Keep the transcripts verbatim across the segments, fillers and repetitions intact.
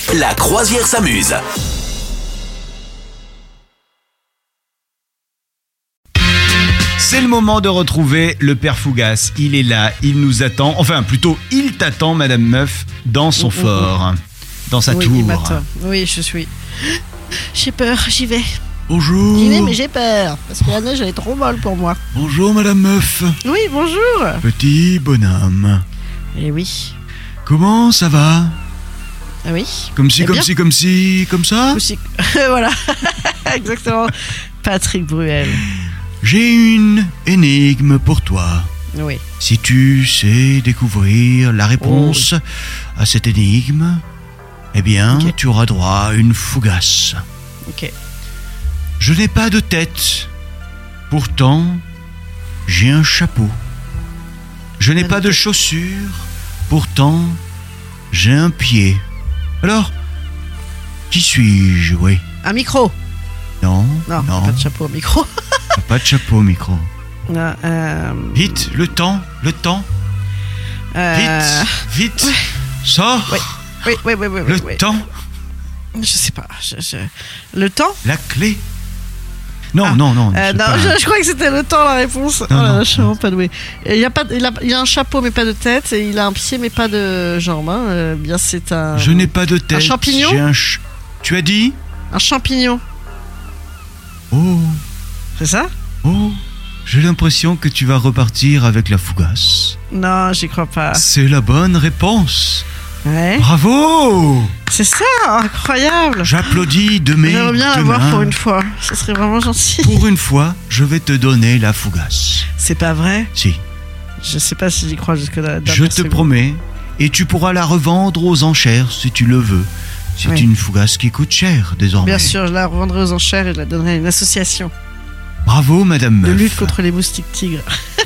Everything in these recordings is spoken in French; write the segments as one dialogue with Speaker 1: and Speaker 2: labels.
Speaker 1: La croisière s'amuse.
Speaker 2: C'est le moment de retrouver le père Fougas. Il est là, il nous attend. Enfin, plutôt, il t'attend, Madame Meuf, dans son
Speaker 3: Mmh,
Speaker 2: fort, dans sa
Speaker 3: oui,
Speaker 2: tour.
Speaker 3: il m'attend. Oui, je suis. J'ai peur, j'y vais.
Speaker 2: Bonjour.
Speaker 3: J'y vais, mais j'ai peur. Parce que la neige, elle est trop molle pour moi.
Speaker 2: Bonjour, Madame Meuf.
Speaker 3: Oui, bonjour.
Speaker 2: Petit bonhomme.
Speaker 3: Eh oui.
Speaker 2: Comment ça va?
Speaker 3: Ah oui.
Speaker 2: Comme si,
Speaker 3: Eh
Speaker 2: comme
Speaker 3: bien.
Speaker 2: si, comme si, comme ça?
Speaker 3: Aussi. Voilà. Exactement. Patrick Bruel.
Speaker 2: J'ai une énigme pour toi.
Speaker 3: Oui.
Speaker 2: Si tu sais découvrir la réponse à cette énigme, eh bien,
Speaker 3: Ok.
Speaker 2: tu auras droit à une fougasse.
Speaker 3: Ok.
Speaker 2: Je n'ai pas de tête. Pourtant, j'ai un chapeau. Je n'ai
Speaker 3: Ah,
Speaker 2: pas de
Speaker 3: ok.
Speaker 2: chaussures. Pourtant, j'ai un pied. Alors, qui suis-je? Oui.
Speaker 3: Un micro.
Speaker 2: Non,
Speaker 3: Non,
Speaker 2: non,
Speaker 3: pas de chapeau, micro.
Speaker 2: pas de chapeau, micro.
Speaker 3: Non, euh,
Speaker 2: Vite, le temps, le temps.
Speaker 3: euh,
Speaker 2: Vite, vite. Sors.
Speaker 3: Ouais. Oui, oui, oui, oui.
Speaker 2: Le
Speaker 3: oui, oui.
Speaker 2: temps,
Speaker 3: Je sais pas. je- je- Le temps.
Speaker 2: la clé. Non,
Speaker 3: Ah,
Speaker 2: non, non.
Speaker 3: Euh,
Speaker 2: c'est
Speaker 3: non,
Speaker 2: pas-
Speaker 3: je, je crois que c'était le temps, la réponse.
Speaker 2: Non,
Speaker 3: oh là là,
Speaker 2: non,
Speaker 3: je suis vraiment pas douée. Il, y a pas, de- il, a, il a un chapeau, mais pas de tête. Et il a un pied, mais pas de jambes. Hein. Euh, bien, c'est un.
Speaker 2: Je n'ai pas de tête.
Speaker 3: champignon
Speaker 2: J'ai un ch- Tu as dit?
Speaker 3: Un champignon.
Speaker 2: Oh,
Speaker 3: C'est ça?
Speaker 2: oh. J'ai l'impression que tu vas repartir avec la fougasse.
Speaker 3: Non, j'y crois pas.
Speaker 2: C'est la bonne réponse.
Speaker 3: Ouais.
Speaker 2: Bravo!
Speaker 3: C'est ça, incroyable.
Speaker 2: J'applaudis de mes
Speaker 3: J'aimerais bien
Speaker 2: deux
Speaker 3: l'avoir
Speaker 2: mains.
Speaker 3: pour une fois. Ce serait vraiment gentil.
Speaker 2: Pour une fois, je vais te donner la fougasse.
Speaker 3: C'est pas vrai?
Speaker 2: Si,
Speaker 3: Je sais pas si j'y crois jusque là.
Speaker 2: je te promets. Et tu pourras la revendre aux enchères si tu le veux. C'est
Speaker 3: Oui.
Speaker 2: une fougasse qui coûte cher désormais.
Speaker 3: Bien sûr, je la revendrai aux enchères et je la donnerai à une association
Speaker 2: Bravo, Madame
Speaker 3: de
Speaker 2: Meuf.
Speaker 3: lutte contre les moustiques tigres.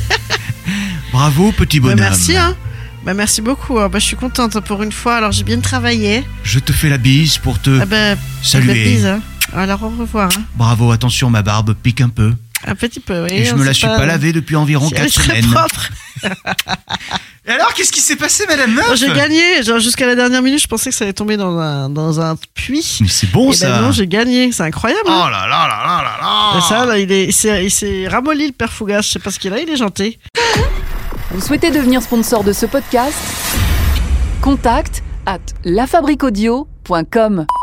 Speaker 2: Bravo, petit
Speaker 3: Bah,
Speaker 2: bonhomme.
Speaker 3: merci, hein. Bah, merci beaucoup. hein. Bah, je suis contente hein, pour une fois. Alors, j'ai bien travaillé.
Speaker 2: Je te fais la bise pour te
Speaker 3: Ah bah,
Speaker 2: saluer.
Speaker 3: belle bise, hein. Alors, au revoir. hein.
Speaker 2: Bravo, attention, ma barbe pique un peu.
Speaker 3: Un petit peu, oui.
Speaker 2: Et je
Speaker 3: on
Speaker 2: me la
Speaker 3: sait
Speaker 2: suis pas, lavée depuis environ
Speaker 3: Si,
Speaker 2: quatre
Speaker 3: elle est très
Speaker 2: semaines.
Speaker 3: propre.
Speaker 2: Et alors, qu'est-ce qui s'est passé, Madame Meuf?
Speaker 3: Bon, j'ai gagné. Genre, jusqu'à la dernière minute, je pensais que ça allait tomber dans un, dans un puits.
Speaker 2: Mais c'est bon,
Speaker 3: Et
Speaker 2: ça.
Speaker 3: ben non, j'ai gagné. C'est incroyable.
Speaker 2: Oh
Speaker 3: hein.
Speaker 2: là là là là là là.
Speaker 3: Et ça, là, il est, il s'est, il s'est ramolli le père Fougas. Je sais pas ce qu'il a. Il est gentil.
Speaker 4: Vous souhaitez devenir sponsor de ce podcast? Contact à la fabrique audio point com.